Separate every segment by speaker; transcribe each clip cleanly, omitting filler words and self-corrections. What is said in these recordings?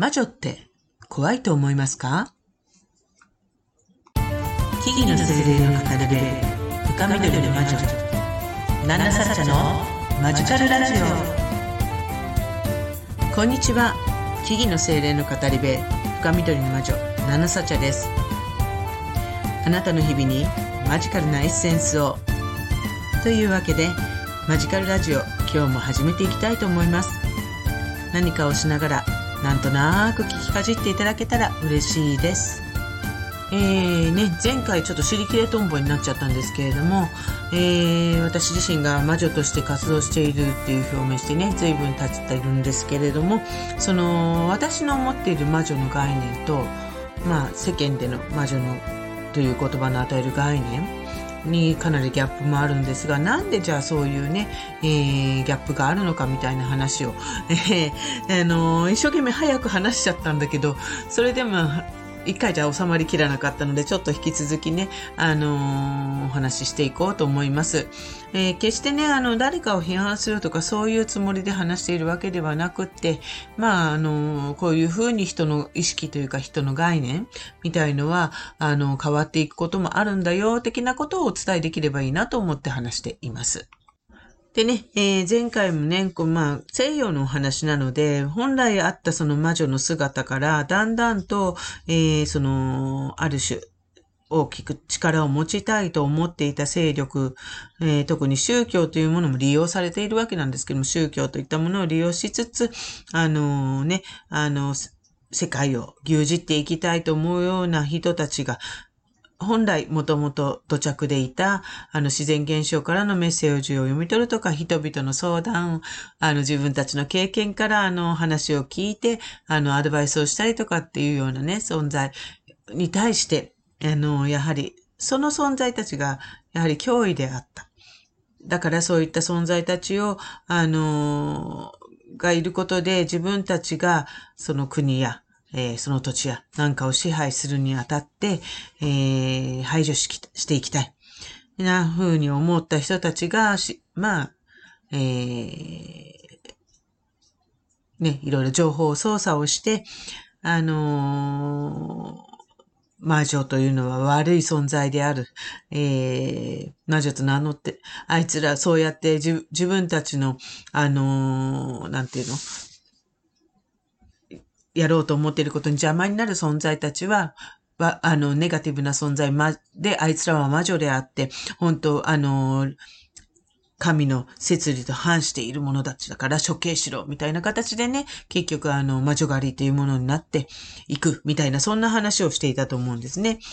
Speaker 1: 魔女って怖いと思いますか？木々の精霊の語り部、深緑の魔女、ナナサッチャのマジカルラジオ。こんにちは。木々の精霊の語り部、深緑の魔女、ナナサッチャです。あなたの日々にマジカルなエッセンスをというわけで、マジカルラジオ、今日も始めていきたいと思います。何かをしながらなんとなく聞きかじっていただけたら嬉しいです。前回ちょっと尻切れトンボになっちゃったんですけれども、私自身が魔女として活動しているっていう表明してね、随分経っているんですけれども、その私の思っている魔女の概念と、世間での魔女のという言葉の与える概念にかなりギャップもあるんですが、なんでじゃあそういうね、ギャップがあるのかみたいな話を、一生懸命早く話しちゃったんだけど、それでも一回じゃ収まりきらなかったので、ちょっと引き続きね、お話ししていこうと思います。決してね、誰かを批判するとかそういうつもりで話しているわけではなくって、こういうふうに人の意識というか人の概念みたいのは、変わっていくこともあるんだよ、的なことをお伝えできればいいなと思って話しています。でね、前回もね、西洋のお話なので、本来あったその魔女の姿から、だんだんと、ある種、大きく力を持ちたいと思っていた勢力、特に宗教というものも利用されているわけなんですけども、宗教といったものを利用しつつ、世界を牛耳っていきたいと思うような人たちが、本来もともと土着でいた自然現象からのメッセージを読み取るとか、人々の相談を自分たちの経験から話を聞いてアドバイスをしたりとかっていうようなね存在に対してやはりその存在たちがやはり脅威であった。だからそういった存在たちをがいることで自分たちがその国やその土地やなんかを支配するにあたって、排除していきたい。な風に思った人たちが、いろいろ情報操作をして、魔女というのは悪い存在である。魔女と名乗って、あいつらそうやって自分たちの、やろうと思っていることに邪魔になる存在たちは、ネガティブな存在で、あいつらは魔女であって、本当神の摂理と反している者たちだから処刑しろ、みたいな形でね、結局魔女狩りというものになっていく、みたいな、そんな話をしていたと思うんですね。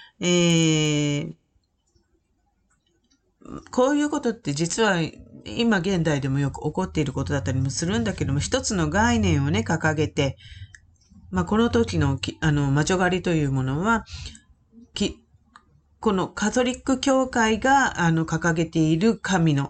Speaker 1: こういうことって実は今現代でもよく起こっていることだったりもするんだけども、一つの概念をね、掲げて、この時の、魔女狩りというものは、このカトリック教会が、掲げている神の、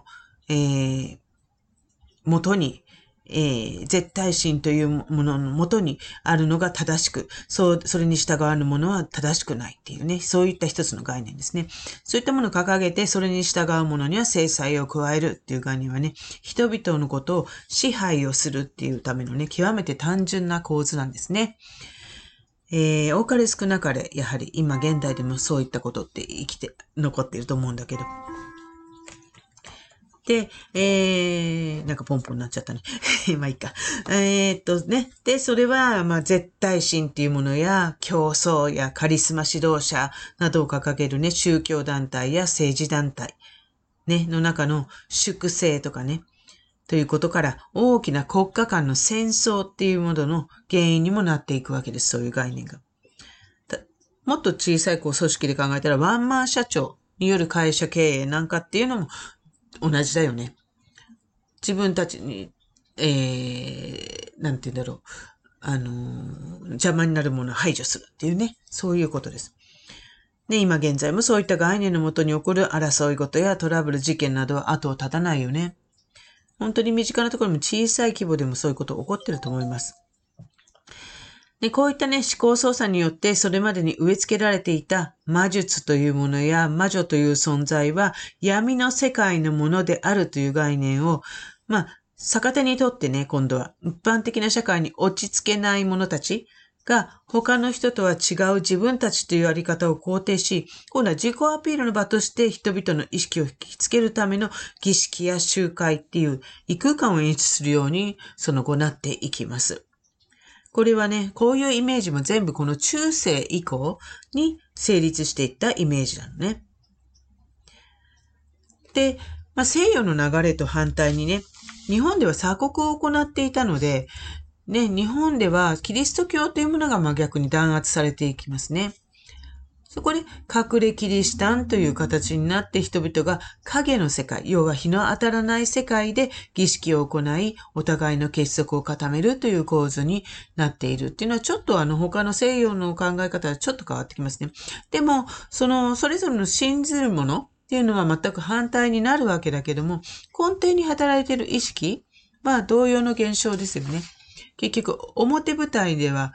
Speaker 1: 元に、絶対神というものの元にあるのが正しく、それに従わぬものは正しくないっていうね、そういった一つの概念ですね。そういったものを掲げて、それに従うものには制裁を加えるっていう概念はね、人々のことを支配をするっていうためのね、極めて単純な構図なんですね。多かれ少なかれ、やはり今現代でもそういったことって残っていると思うんだけど。で、なんかポンポンになっちゃったね。まあいいか。で、それは、絶対神っていうものや、競争やカリスマ指導者などを掲げるね、宗教団体や政治団体、ね、の中の粛清とかね、ということから、大きな国家間の戦争っていうものの原因にもなっていくわけです。そういう概念が。もっと小さい組織で考えたら、ワンマン社長による会社経営なんかっていうのも同じだよね。自分たちに、邪魔になるものを排除するっていうね、そういうことです。ね、今現在もそういった概念のもとに起こる争い事やトラブル事件などは後を絶たないよね。本当に身近なところも小さい規模でもそういうこと起こってると思います。で、こういったね、思考操作によってそれまでに植え付けられていた魔術というものや魔女という存在は闇の世界のものであるという概念を、 逆手にとってね、今度は一般的な社会に落ち着けない者たちが他の人とは違う自分たちというあり方を肯定し、今度は自己アピールの場として人々の意識を引きつけるための儀式や集会っていう異空間を演出するようにその後なっていきます。これはね、こういうイメージも全部この中世以降に成立していったイメージなのね。で、西洋の流れと反対にね、日本では鎖国を行っていたので、ね、日本ではキリスト教というものが逆に弾圧されていきますね。そこで隠れキリシタンという形になって人々が影の世界、要は日の当たらない世界で儀式を行い、お互いの結束を固めるという構図になっているっていうのはちょっと他の西洋の考え方はちょっと変わってきますね。でも、それぞれの信ずるものっていうのは全く反対になるわけだけども、根底に働いている意識は同様の現象ですよね。結局、表舞台では、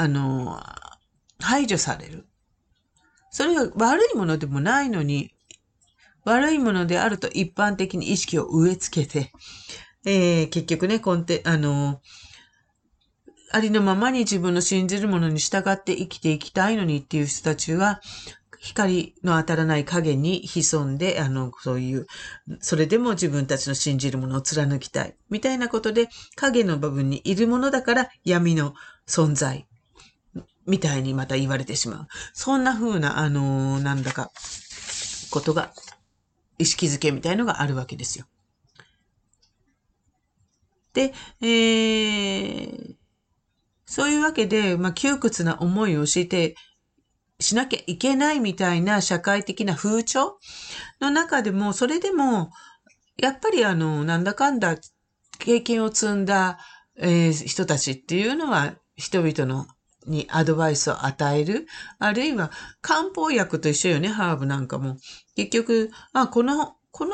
Speaker 1: 排除される。それが悪いものでもないのに、悪いものであると一般的に意識を植え付けて、結局ね、ありのままに自分の信じるものに従って生きていきたいのにっていう人たちは、光の当たらない影に潜んで、それでも自分たちの信じるものを貫きたい。みたいなことで、影の部分にいるものだから闇の存在。みたいにまた言われてしまう。そんな風な、ことが、意識づけみたいのがあるわけですよ。で、そういうわけで、窮屈な思いをしなきゃいけないみたいな社会的な風潮の中でも、それでも、やっぱりなんだかんだ経験を積んだ、人たちっていうのは、人々にアドバイスを与える。あるいは、漢方薬と一緒よね、ハーブなんかも。結局、この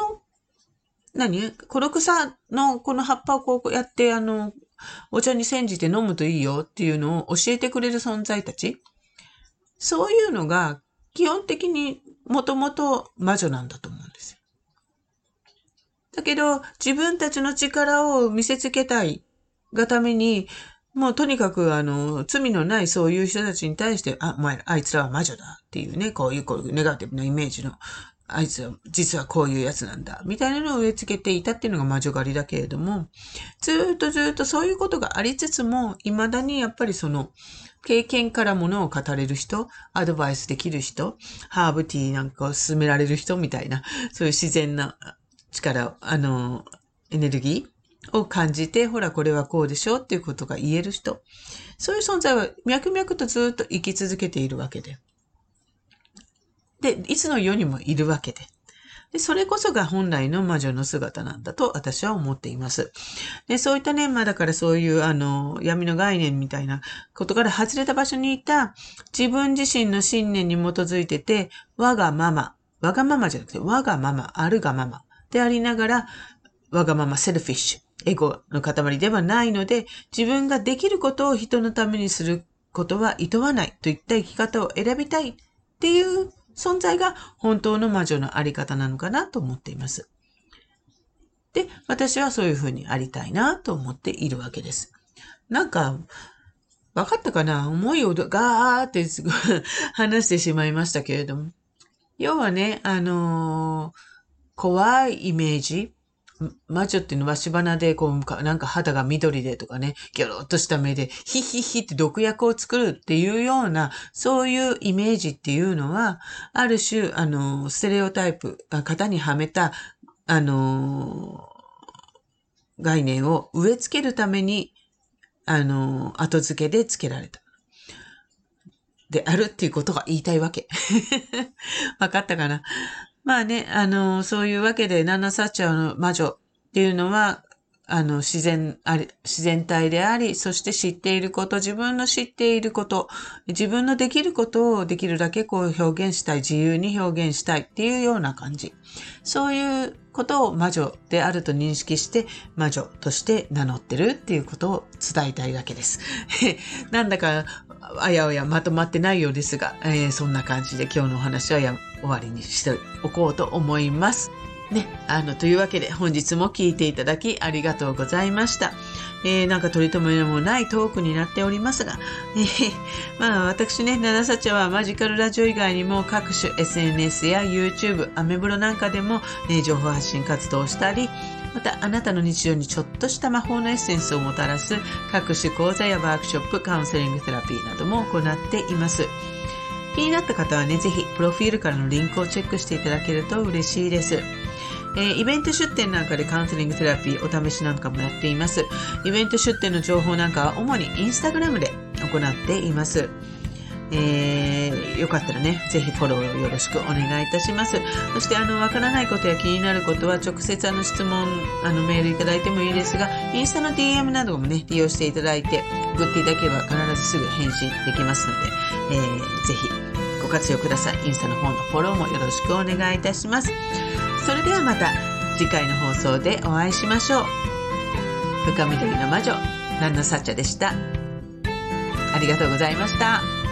Speaker 1: 草のこの葉っぱをこうやって、お茶に煎じて飲むといいよっていうのを教えてくれる存在たち。そういうのが基本的にもともと魔女なんだと思うんですよ。だけど自分たちの力を見せつけたいがために、もうとにかく罪のないそういう人たちに対して、あいつらは魔女だっていうね、こういうネガティブなイメージの、あいつは実はこういうやつなんだ、みたいなのを植え付けていたっていうのが魔女狩りだけれども、ずっとそういうことがありつつも、未だにやっぱり経験からものを語れる人、アドバイスできる人、ハーブティーなんかを勧められる人みたいな、そういう自然な力、エネルギーを感じて、ほらこれはこうでしょっていうことが言える人。そういう存在は脈々とずっと生き続けているわけで。で、いつの世にもいるわけで。で、それこそが本来の魔女の姿なんだと私は思っています。で、そういったね、だからそういう闇の概念みたいなことから外れた場所にいた自分自身の信念に基づいてて、わがままじゃなくて、わがまま、あるがままでありながら、わがままセルフィッシュ、エゴの塊ではないので、自分ができることを人のためにすることは厭わないといった生き方を選びたいっていう存在が本当の魔女のあり方なのかなと思っています。で、私はそういうふうにありたいなと思っているわけです。なんか、わかったかな？思いをガーってすごい話してしまいましたけれども。要はね、怖いイメージ。魔女っていうのは芝でなんか肌が緑でとかね、ギョロっとした目でヒッヒッヒって毒薬を作るっていうような、そういうイメージっていうのは、ある種、ステレオタイプ、型にはめた、概念を植え付けるために、後付けで付けられた。であるっていうことが言いたいわけ。わかったかな？そういうわけで、ナンナ・サッチャーの魔女っていうのは、自然体であり、そして知っていること、自分の知っていること、自分のできることをできるだけ表現したい、自由に表現したいっていうような感じ。そういうことを魔女であると認識して、魔女として名乗ってるっていうことを伝えたいだけです。なんだか、あやおやまとまってないようですが、そんな感じで今日のお話は終わりにしておこうと思います。 ね、というわけで本日も聞いていただきありがとうございました。なんか取り留めもないトークになっておりますが、私ね、ナナサチャはマジカルラジオ以外にも各種 SNS や YouTube、アメブロなんかでも、情報発信活動をしたり、またあなたの日常にちょっとした魔法のエッセンスをもたらす各種講座やワークショップ、カウンセリングセラピーなども行っています。気になった方はね、ぜひプロフィールからのリンクをチェックしていただけると嬉しいです。イベント出店なんかでカウンセリングセラピーお試しなんかもやっています。イベント出店の情報なんかは主にインスタグラムで行っています。よかったらね、ぜひフォローをよろしくお願いいたします。そしてわからないことや気になることは直接質問メールいただいてもいいですが、インスタの DM などもね利用していただいて送っていただければ必ずすぐ返信できますので、ぜひご活用ください。インスタの方のフォローもよろしくお願いいたします。それではまた次回の放送でお会いしましょう。深緑の魔女ナナサチャでした。ありがとうございました。